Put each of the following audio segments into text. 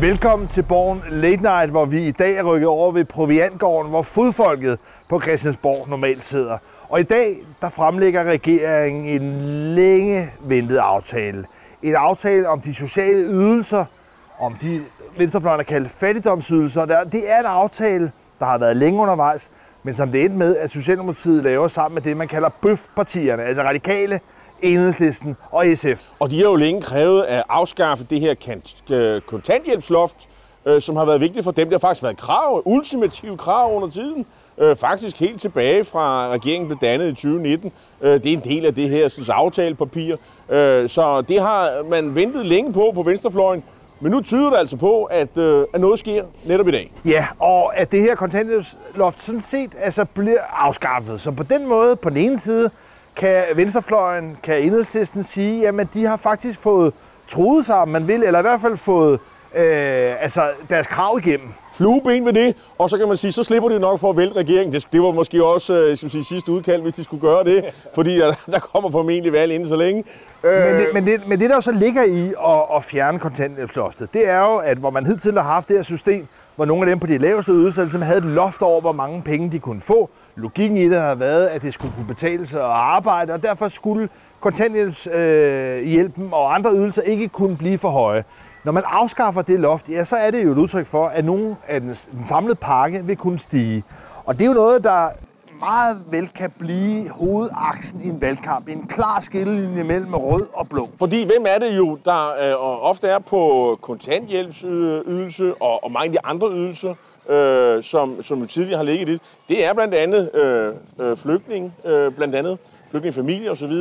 Velkommen til Borgen Late Night, hvor vi i dag er rykket over ved Proviantgården, hvor fodfolket på Christiansborg normalt sidder. Og i dag, der fremlægger regeringen en længe ventet aftale. En aftale om de sociale ydelser, om de venstrefløjen er kaldt fattigdomsydelser. Det er en aftale, der har været længe undervejs, men som det endte med, at Socialdemokratiet laver sammen med det, man kalder bøfpartierne, altså Radikale, Enhedslisten og SF. Og de har jo længe krævet at afskaffe det her kontanthjælpsloft, som har været vigtigt for dem. Det har faktisk været ultimative krav under tiden. Faktisk helt tilbage fra regeringen blev dannet i 2019. Det er en del af det her aftalepapir. Så det har man ventet længe på venstrefløjen. Men nu tyder det altså på, at noget sker netop i dag. Ja, og at det her kontanthjælpsloft sådan set altså bliver afskaffet. Så på den måde, på den ene side, kan venstrefløjen, kan Enhedslisten sige, at de har faktisk fået truet sig, om man vil, eller i hvert fald fået deres krav igennem. Flueben ved det, og så kan man sige, så slipper de nok for at vælte regeringen. Det var måske også sidste udkald, hvis de skulle gøre det, fordi der kommer formentlig valg inden så længe. Men det der jo så ligger i at fjerne kontanthjælpsloftet, det er jo, at hvor man hidtil har haft det her system, hvor nogle af dem på de laveste ydelser ligesom havde et loft over, hvor mange penge de kunne få. Logikken i det har været, at det skulle kunne betale sig at arbejde, og derfor skulle kontanthjælpshjælpen og andre ydelser ikke kunne blive for høje. Når man afskaffer det loft, ja, så er det jo et udtryk for, at nogle af den samlede pakke vil kunne stige. Og det er jo noget, der meget vel kan blive hovedaksen i en valgkamp. En klar skillelinje mellem rød og blå. Fordi hvem er det jo, der ofte er på kontanthjælpsydelse og mange af de andre ydelser, som jo tidligere har ligget i det. Det er blandt andet flygtninge, flygtningefamilier osv.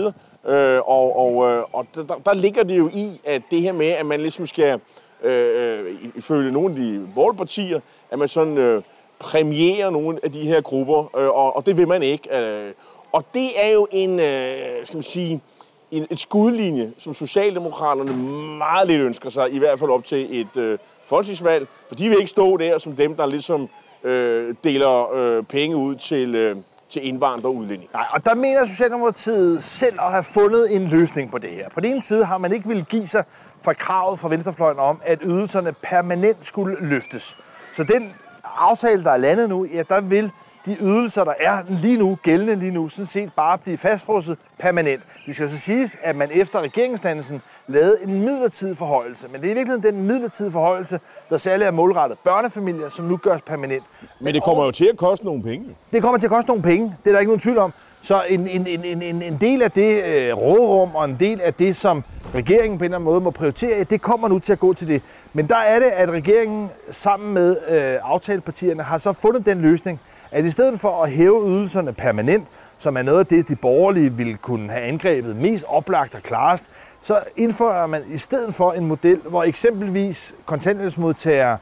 Og der ligger det jo i, at det her med, at man ligesom skal, ifølge nogle af de borgerlige partier, at man sådan præmierer nogle af de her grupper, og det vil man ikke. Og det er jo en skudlinje, som Socialdemokraterne meget lidt ønsker sig, i hvert fald op til et folketingsvalg, for de vil ikke stå der som dem, der ligesom deler penge ud til indvandrere og udlændinge. Nej, og der mener Socialdemokratiet selv at have fundet en løsning på det her. På den ene side har man ikke ville give sig fra kravet fra venstrefløjen om, at ydelserne permanent skulle løftes. Så den aftale, der er landet nu, ja, der vil de ydelser, der er gældende lige nu, sådan set bare blive fastfrosset permanent. Det skal så siges, at man efter regeringsdannelsen lavede en midlertidig forhøjelse. Men det er i virkeligheden den midlertidige forhøjelse, der særligt er målrettet børnefamilier, som nu gøres permanent. Men det kommer jo til at koste nogle penge. Det kommer til at koste nogle penge. Det er der ikke nogen tvivl om. Så en del af det råderum og en del af det, som regeringen på en eller anden måde må prioritere, det kommer nu til at gå til det. Men der er det, at regeringen sammen med aftalepartierne har så fundet den løsning, at i stedet for at hæve ydelserne permanent, som er noget af det, de borgerlige ville kunne have angrebet mest oplagt og klarest, så indfører man i stedet for en model, hvor eksempelvis kontanthjælpsmodtagere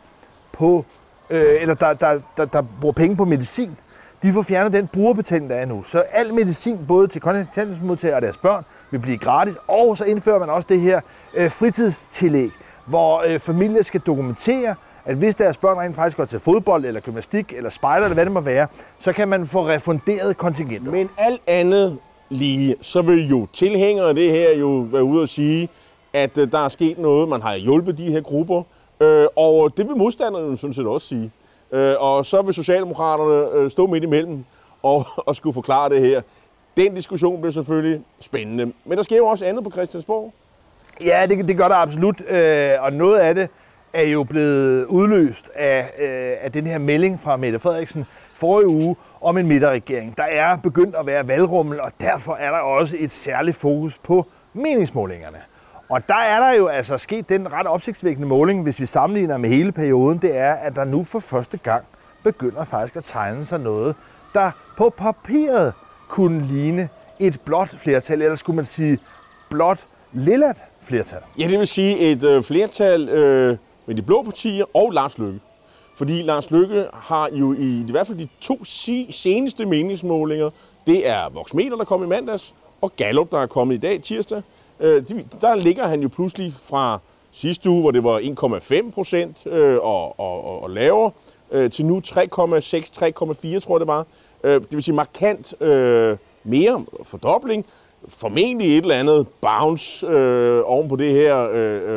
der bruger penge på medicin, de får fjernet den brugerbetaling, der er nu. Så al medicin, både til kontanthjælpsmodtagere og deres børn, vil blive gratis. Og så indfører man også det her fritidstillæg, hvor familier skal dokumentere, at hvis deres børn rent faktisk går til fodbold, eller gymnastik, eller spejder, eller hvad det må være, så kan man få refunderet kontingenter. Men alt andet lige, så vil jo tilhængere af det her jo være ude og sige, at der er sket noget, man har hjulpet de her grupper, og det vil modstanderne jo sådan set også sige. Og så vil Socialdemokraterne stå midt imellem og skulle forklare det her. Den diskussion bliver selvfølgelig spændende. Men der sker jo også andet på Christiansborg. Ja, det gør der absolut, og noget af det er jo blevet udløst af den her melding fra Mette Frederiksen forrige uge om en midterregering. Der er begyndt at være valgrummel, og derfor er der også et særligt fokus på meningsmålingerne. Og der er der jo altså sket den ret opsigtsvækkende måling, hvis vi sammenligner med hele perioden, det er, at der nu for første gang begynder faktisk at tegne sig noget, der på papiret kunne ligne et blåt flertal, eller skulle man sige blåt lillat flertal. Ja, det vil sige et flertal med de blå partier og Lars Løkke. Fordi Lars Løkke har jo i hvert fald de 2 seneste meningsmålinger, det er Voxmeter, der kom i mandags, og Gallup, der er kommet i dag, tirsdag. Der ligger han jo pludselig fra sidste uge, hvor det var 1,5% og lavere, til nu 3,6-3,4, tror jeg det var. Det vil sige markant mere fordobling. Formentlig et eller andet bounce oven på det her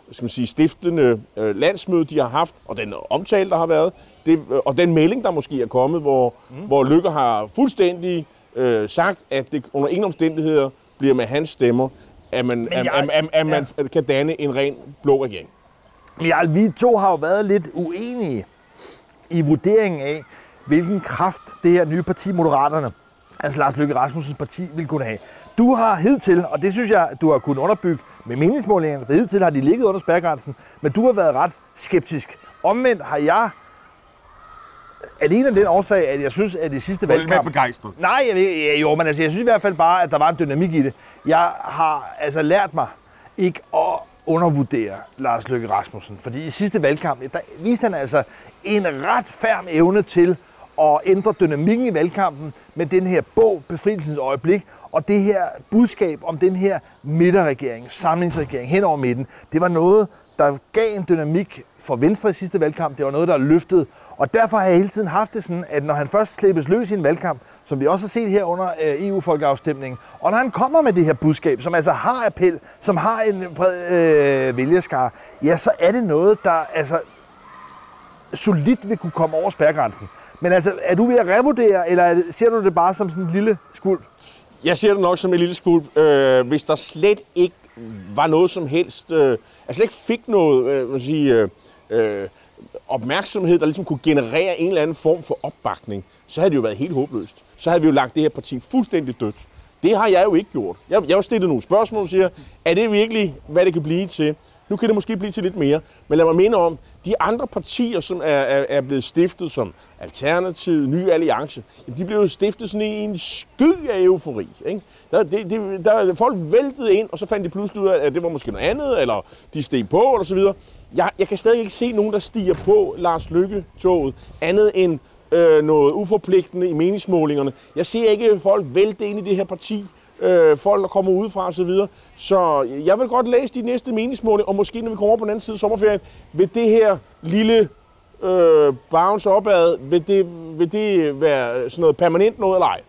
skal man sige, stiftende landsmøde, de har haft, og den omtale, der har været, og den melding, der måske er kommet, hvor Løkke har fuldstændig sagt, at det under ingen omstændigheder bliver med hans stemmer, at man kan danne en ren blå regering. Jarl, vi to har jo været lidt uenige i vurderingen af, hvilken kraft det her nye parti, Moderaterne, altså Lars Løkke Rasmussens parti, vil kunne have. Du har hidtil, og det synes jeg, du har kunnet underbygge med meningsmålingerne, for hidtil har de ligget under spærregrænsen, men du har været ret skeptisk. Omvendt har jeg, alene af den årsag, at jeg synes, at det sidste valgkamp... Du er begejstret. Nej, men altså, jeg synes i hvert fald bare, at der var en dynamik i det. Jeg har altså lært mig ikke at undervurdere Lars Løkke Rasmussen, fordi i sidste valgkamp, der viste han altså en ret ferm evne til at ændre dynamikken i valgkampen med den her bog, Befrielsens øjeblik, og det her budskab om den her midterregering, samlingsregering hen over midten. Det var noget, der gav en dynamik for Venstre i sidste valgkamp. Det var noget, der løftede. Og derfor har jeg hele tiden haft det sådan, at når han først slippes løs i en valgkamp, som vi også har set her under EU-folkeafstemningen, og når han kommer med det her budskab, som altså har appel, som har en bred vælgerskare, ja, så er det noget, der altså solidt vil kunne komme over spærregrænsen. Men altså, er du ved at revurdere, eller ser du det bare som sådan en lille skvulp? Jeg ser det nok som en lille skvulp. Hvis der slet ikke var noget som helst, altså slet ikke fik noget, opmærksomhed, der ligesom kunne generere en eller anden form for opbakning, så havde det jo været helt håbløst. Så havde vi jo lagt det her parti fuldstændig dødt. Det har jeg jo ikke gjort. Jeg har stillet nogle spørgsmål og siger, er det virkelig, hvad det kan blive til? Nu kan det måske blive til lidt mere, men lad mig minde om, de andre partier, som er blevet stiftet som Alternativet, Ny Alliance, de blev jo stiftet sådan i en sky af eufori. Ikke? Der folk væltede ind, og så fandt de pludselig ud af, at det var måske noget andet, eller de steg på, eller så videre. Jeg kan stadig ikke se nogen, der stiger på Lars Løkke-toget, andet end noget uforpligtende i meningsmålingerne. Jeg ser ikke folk vælte ind i det her parti, folk, der kommer udefra og så videre. Så jeg vil godt læse de næste meningsmålinger, og måske når vi kommer over på den anden side af sommerferien, vil det her lille bounce opad, vil det være sådan noget permanent noget eller ej?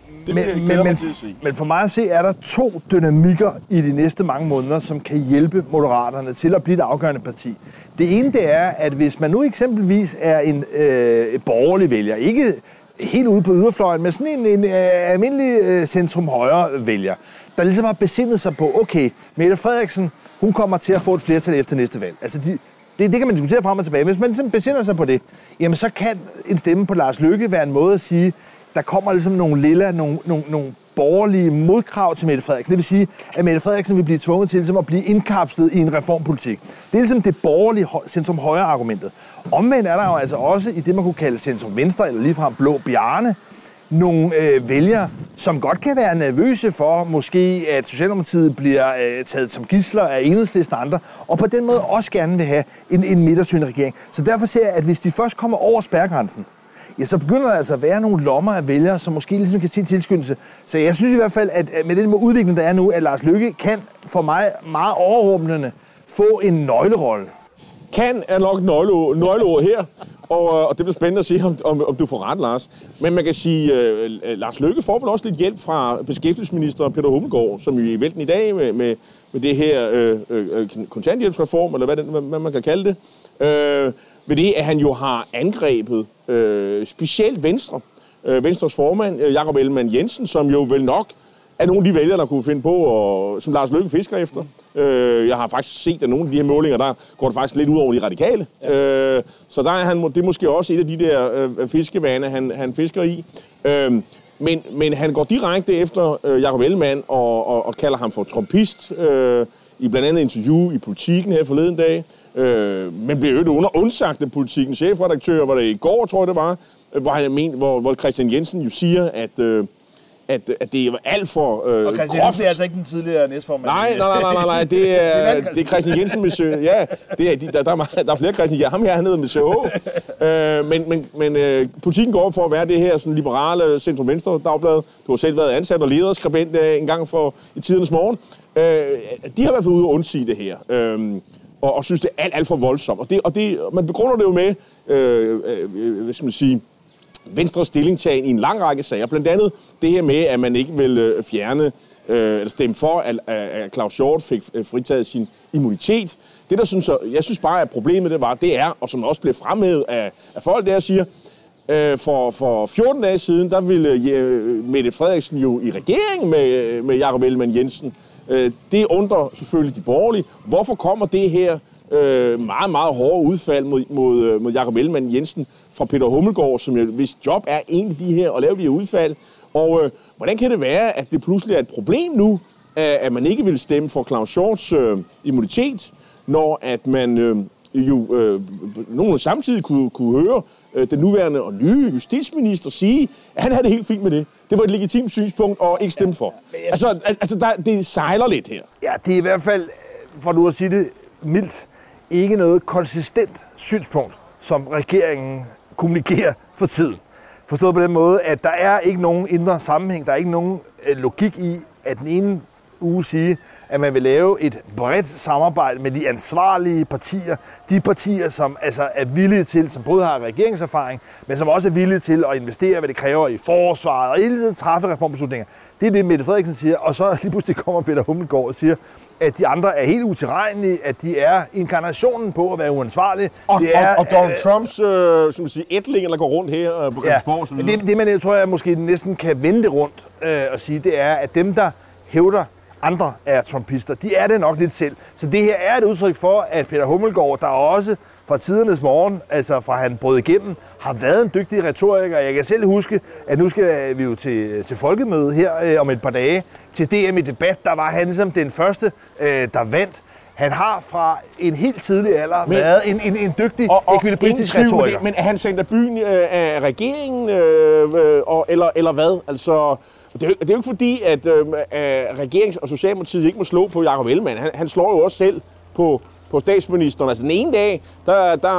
Men for mig at se, er der to dynamikker i de næste mange måneder, som kan hjælpe Moderaterne til at blive et afgørende parti. Det ene det er, at hvis man nu eksempelvis er en borgerlig vælger, ikke helt ude på yderfløjen, men sådan en almindelig centrum-højre vælger, der ligesom har besindet sig på, okay, Mette Frederiksen, hun kommer til at få et flertal efter næste valg. Altså, det kan man diskutere frem og tilbage. Hvis man ligesom besinder sig på det, jamen så kan en stemme på Lars Løkke være en måde at sige, der kommer ligesom nogle borgerlige modkrav til Mette Frederiksen. Det vil sige, at Mette Frederiksen vil blive tvunget til ligesom at blive indkapslet i en reformpolitik. Det er ligesom det borgerlige centrum-højre argumentet. Omvendt er der jo altså også i det, man kunne kalde centrum-venstre, eller ligefrem blå bjarne, nogle vælgere, som godt kan være nervøse for, måske at Socialdemokratiet bliver taget som gidsler af Enhedslisten og andre, og på den måde også gerne vil have en midtersyn regering. Så derfor ser jeg, at hvis de først kommer over spærregrænsen, ja, så begynder der altså at være nogle lommer af vælgere, som måske ligesom kan se en tilskyndelse. Så jeg synes i hvert fald, at med den udvikling, der er nu, at Lars Løkke kan for mig meget overrumplende få en nøglerolle. Kan er nok nøgleord her, og det bliver spændende at se, om du får ret, Lars. Men man kan sige, Lars Løkke får vel også lidt hjælp fra beskæftigelsesminister Peter Hummelgaard, som jo i vælten i dag med det her kontanthjælpsreform, eller hvad man kan kalde det. Ved det, at han jo har angrebet specielt Venstre. Venstres formand, Jakob Ellemann-Jensen, som jo vel nok er nogle af de vælgere, der kunne finde på, og som Lars Løkke fisker efter. Jeg har faktisk set, at nogle af de her målinger, der går det faktisk lidt ud over de radikale. Ja. Så der er det er måske også et af de der fiskevaner, han fisker i. Men han går direkte efter Jakob Ellemann og kalder ham for trumpist i blandt andet interview i Politiken her forleden dag. Men bliver jo undsagt af Politikens chefredaktør, var det i går, tror jeg det var, hvor Christian Jensen jo siger, at det er alt for og Christian Jensen er altså ikke den tidligere næstformand. Nej, det er Christian Jensen med Sø. Ja, der er flere Christian Jensen. Ham her nede med CH. Men Politikken går for at være det her sådan liberale centrum-venstre dagblad. Du har selv været ansat og lederskribent en gang i tidernes morgen. De har i hvert fald ude at undsige det her. Og synes, det er alt for voldsomt. Og man begrunder det jo med, hvad skal man sige, Venstres stillingtagen i en lang række sager. Blandt andet det her med, at man ikke vil fjerne eller stemme for, at Claus Hjort fik fritaget sin immunitet. Det, jeg synes bare, at problemet det er, og som også blev fremhævet af folk, der siger, for 14 dage siden, der ville Mette Frederiksen jo i regering med Jakob Ellemann-Jensen. Det undrer selvfølgelig de borgerlige. Hvorfor kommer det her meget, meget hårde udfald mod Jakob Ellemann-Jensen fra Peter Hummelgaard, som hvis job er en af de her, at lave de her udfald? Og hvordan kan det være, at det pludselig er et problem nu, at man ikke vil stemme for Claus Hjorts immunitet, når at man nogen samtidig kunne høre den nuværende og nye justitsminister sige, at han havde det helt fint med det. Det var et legitimt synspunkt og ikke stemme for. Det sejler lidt her. Ja, det er i hvert fald, for nu at sige det mildt, ikke noget konsistent synspunkt, som regeringen kommunikerer for tiden. Forstået på den måde, at der er ikke nogen indre sammenhæng, der er ikke nogen logik i, at den ene uge sige, at man vil lave et bredt samarbejde med de ansvarlige partier. De partier, som altså er villige til, som både har regeringserfaring, men som også er villige til at investere, hvad det kræver i forsvaret og hele tiden træffe reformbeslutninger. Det er det, Mette Frederiksen siger, og så lige pludselig kommer Peter Hummelgaard og siger, at de andre er helt utilregnelige, at de er inkarnationen på at være uansvarlige. Og Donald Trumps som man siger, ætlinger, der går rundt her på Christiansborg. Ja, det man tror jeg måske næsten kan vende det rundt og sige, det er, at dem, der hævder, andre er trumpister, de er det nok lidt selv. Så det her er et udtryk for, at Peter Hummelgaard, der også fra tidernes morgen, altså fra han brød igennem, har været en dygtig retoriker. Jeg kan selv huske, at nu skal vi jo til folkemøde her om et par dage. Til DM i debat, der var han ligesom den første, der vandt. Han har fra en helt tidlig alder været en dygtig ekvilibristisk retoriker. Men er han sendt af byen af regeringen, eller hvad? Altså, det er jo ikke fordi, at regeringen og Socialdemokratiet ikke må slå på Jakob Ellemann. Han slår jo også selv på statsministeren. Altså den ene dag, der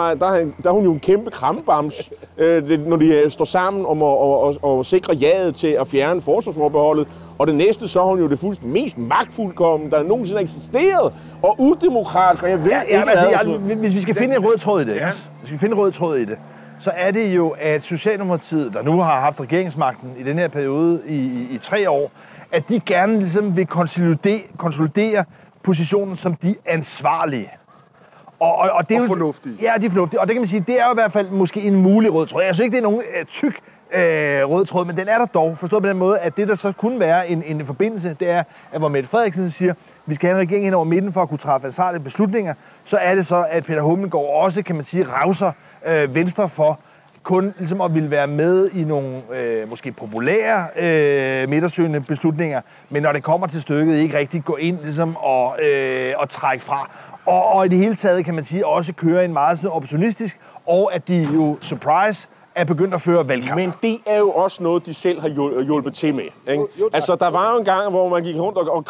er hun jo en kæmpe krammebams, når de står sammen om at sikre jaet til at fjerne forsvarsforbeholdet. Og det næste, så er hun jo det mest magtfuldkommen, der nogensinde har eksisteret. Og udemokratisk, og jeg ved ikke hvis vi skal finde en rød tråd i det, hvis vi finde en rød tråd i det, så er det jo, at Socialdemokratiet, der nu har haft regeringsmagten i den her periode i 3 år, at de gerne ligesom vil konsolidere positionen som de ansvarlige. Og det er jo fornuftige. Ja, de er fornuftige. Og det kan man sige, det er jo i hvert fald måske en mulig rød tråd. Jeg synes ikke, det er nogen tyk rød tråd, men den er der dog. Forstået på den måde, at det, der så kunne være en forbindelse, det er, at hvor Mette Frederiksen siger, vi skal have en regering hen over midten for at kunne træffe ansvarlige beslutninger, så er det så, at Peter Hummelgaard også, kan man sige, rauser Venstre for kun ligesom at ville være med i nogle måske populære midtersøgende beslutninger, men når det kommer til stykket, ikke rigtig gå ind ligesom og trække fra. Og i det hele taget, kan man sige, også køre en meget sådan opportunistisk, og at de jo, surprise, er begyndt at føre valgkamp. Men det er jo også noget, de selv har hjulpet til med. Ikke? Altså, der var jo en gang, hvor man gik rundt og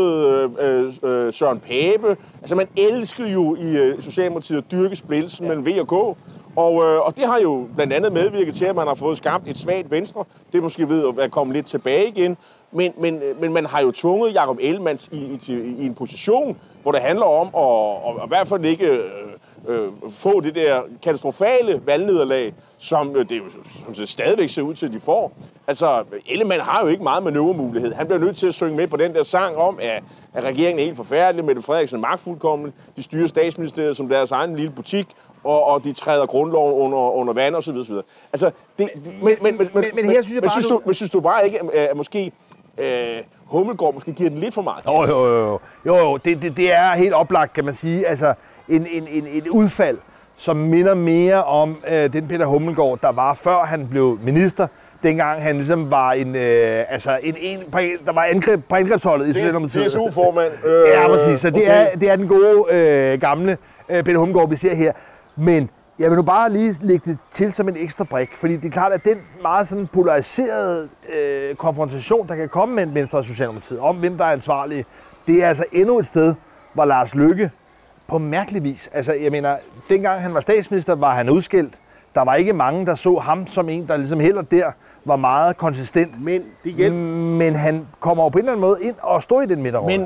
krammede Søren Pape. Altså, man elskede jo i Socialdemokratiet at dyrke splittelsen mellem V og K. Og det har jo blandt andet medvirket til, at man har fået skabt et svagt Venstre. Det er måske ved at komme lidt tilbage igen. Men man har jo tvunget Jakob Ellemann i en position, hvor det handler om at i hvert fald ikke få det der katastrofale valgnederlag, som det jo stadigvæk ser ud til, at de får. Altså, Ellemann har jo ikke meget manøvremulighed. Han bliver nødt til at synge med på den der sang om, at regeringen er helt forfærdelig, Mette Frederiksen er magtfuldkommen, de styrer statsministeriet som deres egen lille butik, og de træder grundloven under vand og så videre. Altså, men her synes jeg bare... Men synes du bare ikke, at måske Hummelgaard måske giver den lidt for meget? Jo, det er helt oplagt, kan man sige. Altså, et udfald, som minder mere om den Peter Hummelgaard, der var før han blev minister, dengang han ligesom var der var angreb på angrebsholdet i Socialdemokratiet. DSU-formand. Ja, præcis. Så det er den gode, gamle Peter Hummelgaard, vi ser her. Men jeg vil nu bare lige lægge det til som en ekstra brik, fordi det er klart, at den meget sådan polariserede konfrontation, der kan komme mellem Venstre og Socialdemokratiet, om hvem der er ansvarlig, det er altså endnu et sted, hvor Lars Løkke på mærkelig vis, altså jeg mener, dengang han var statsminister, var han udskilt. Der var ikke mange, der så ham som en, der ligesom heller der var meget konsistent. Men han kommer jo på en eller anden måde ind og står i den midterrolle.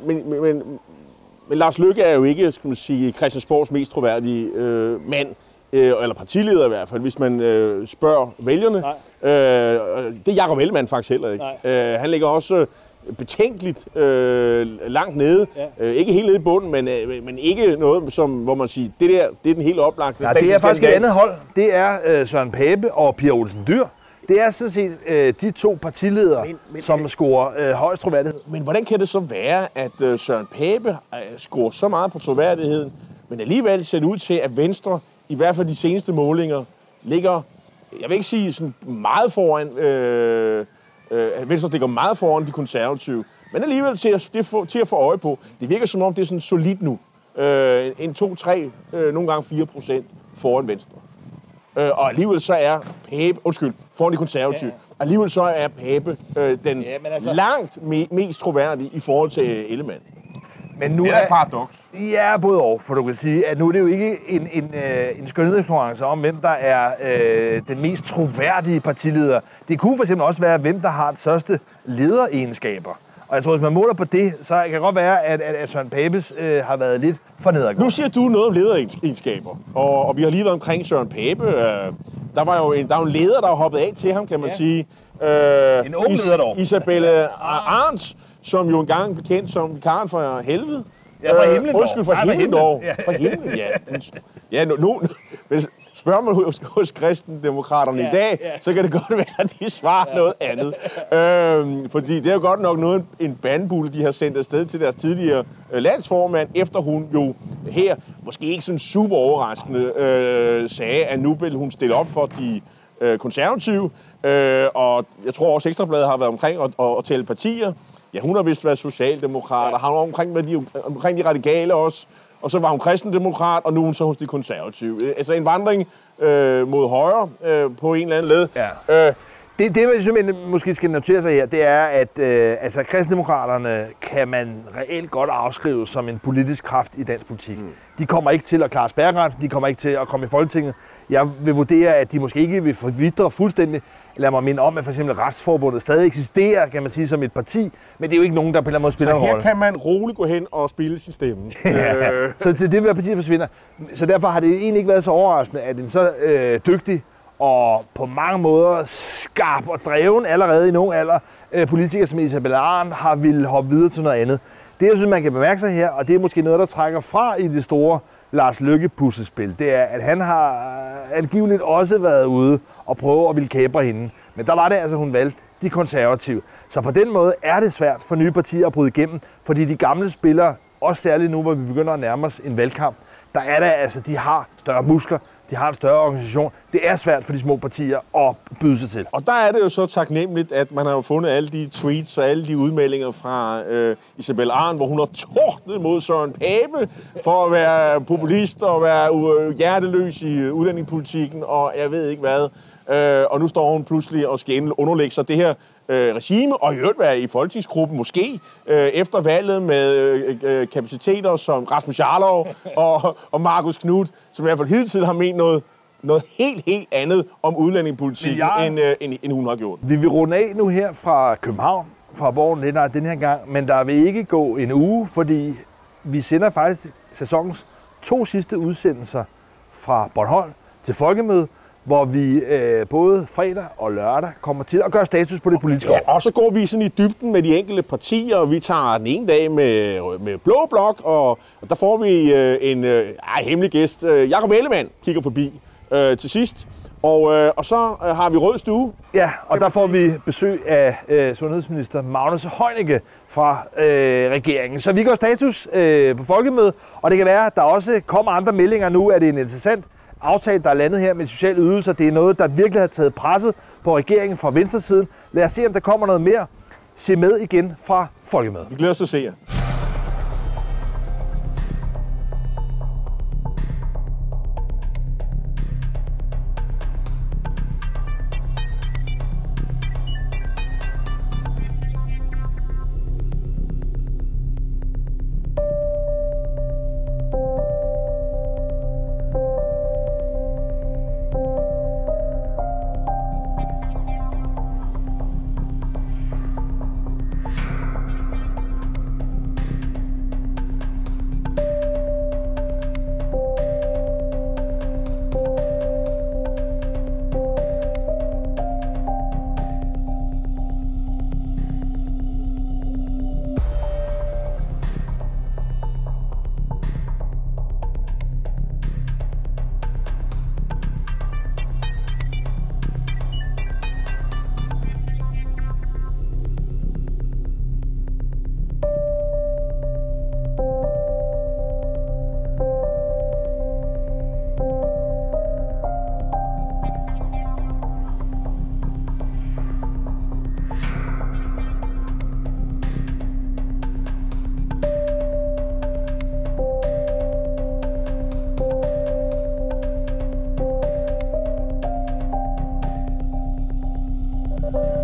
Men Lars Løkke er jo ikke, skal man sige, Christiansborgs mest troværdige mand, eller partileder i hvert fald, hvis man spørger vælgerne. Det er Jakob Ellemann faktisk heller ikke. Han ligger også betænkeligt langt nede. Ja. Ikke helt nede i bunden, men ikke noget, hvor man siger, det er den helt oplagte. Ja, det er faktisk et andet hold. Det er Søren Pape og Pia Olsen Dyhr. Det er sådan set de to partiledere, som scorer højst troværdighed. Men hvordan kan det så være, at Søren Pape scorer så meget på troværdigheden, men alligevel ser det ud til, at Venstre, i hvert fald de seneste målinger, ligger, jeg vil ikke sige sådan meget foran, at Venstre ligger meget foran de konservative, men alligevel til at få øje på. Det virker som om, det er sådan solidt nu. 1, 2, 3, nogle gange 4% foran Venstre. Og alligevel så er Pape, foran de konservative, alligevel så er Pape den langt mest troværdige i forhold til Ellemann. Men nu det er et paradoks. Ja, både og, for du kan sige, at nu er det jo ikke en skønhedskonkurrence om, hvem der er den mest troværdige partileder. Det kunne for eksempel også være, hvem der har de største lederegenskaber. Og jeg tror, hvis man måler på det, så kan det godt være, at Søren Papes har været lidt for nedadgående. Nu siger du noget om lederegenskaber, og vi har lige været omkring Søren Pape. Der var jo en leder, der hoppet af til ham, kan man sige. En ung leder dog. Isabelle Arns, som jo engang blev kendt som vikaren for helvede. Ja, fra himlen dog. Undskyld, fra himlen dog. Fra himlen, ja. Ja, men spørger man hos kristendemokraterne i dag, så kan det godt være, at de svarer noget andet. Fordi det er jo godt nok en bandbulle, de har sendt afsted til deres tidligere landsformand, efter hun jo her, måske ikke sådan super overraskende, sagde, at nu vil hun stille op for de konservative. Og jeg tror også, Ekstrabladet har været omkring at tælle partier. Ja, hun har vist været socialdemokrat, og har omkring de radikale også. Og så var hun kristendemokrat, og nu er hun så hos de konservative. Altså en vandring mod højre på en eller anden led. Ja. Det man simpelthen måske skal notere sig her, det er, at kristendemokraterne kan man reelt godt afskrive som en politisk kraft i dansk politik. De kommer ikke til at klare spærregrænsen, de kommer ikke til at komme i Folketinget. Jeg vil vurdere, at de måske ikke vil forvidre fuldstændig. Lad mig minde om, at for eksempel Retsforbundet stadig eksisterer, kan man sige, som et parti, men det er jo ikke nogen, der på en eller anden måde spiller en rolle. Så her kan man roligt gå hen og spille sin stemme. Så til det, at partiet forsvinder. Så derfor har det egentlig ikke været så overraskende, at en så dygtig og på mange måder skarp og dreven allerede i nogen alder politiker som Isabelle Arendt har ville hoppe videre til noget andet. Det, jeg synes, man kan bemærke sig her, og det er måske noget, der trækker fra i det store Lars Løkke-puslespil, det er, at han har angiveligt også været ude og prøve at ville kapre hende. Men der var det altså, hun valgte de konservative. Så på den måde er det svært for nye partier at bryde igennem, fordi de gamle spillere, også særligt nu, hvor vi begynder at nærme os en valgkamp, der er der altså, de har større muskler, de har en større organisation. Det er svært for de små partier at byde sig til. Og der er det jo så taknemmeligt, at man har jo fundet alle de tweets og alle de udmeldinger fra Isabelle Arendt, hvor hun har tordnet mod Søren Pape for at være populist og være hjerteløs i udlændingepolitikken og jeg ved ikke hvad. Og nu står hun pludselig og skal underlægge sig det her regime, og i øvrigt være i folketingsgruppen måske, efter valget med kapaciteter som Rasmus Jarlov og Marcus Knuth, som i hvert fald hidtil har ment noget helt andet om udlændingepolitik, end hun har gjort. Vi vil runde af nu her fra København, fra Borgen Lindart den her gang, men der vil ikke gå en uge, fordi vi sender faktisk sæsonens 2 sidste udsendelser fra Bornholm til Folkemøde, hvor vi både fredag og lørdag kommer til at gøre status på det politiske år. Ja, og så går vi sådan i dybden med de enkelte partier, og vi tager den ene dag med Blå Blok, og der får vi en hemmelig gæst. Jakob Ellemann kigger forbi til sidst. Og så har vi Rød Stue. Ja, og der får vi besøg af sundhedsminister Magnus Heunicke fra regeringen. Så vi går status på Folkemødet, og det kan være, at der også kommer andre meldinger nu, at det er en interessant aftale, der er landet her med sociale ydelser. Det er noget, der virkelig har taget presset på regeringen fra venstresiden. Lad os se, om der kommer noget mere. Se med igen fra Folkemødet. Vi glæder os til at se jer. år.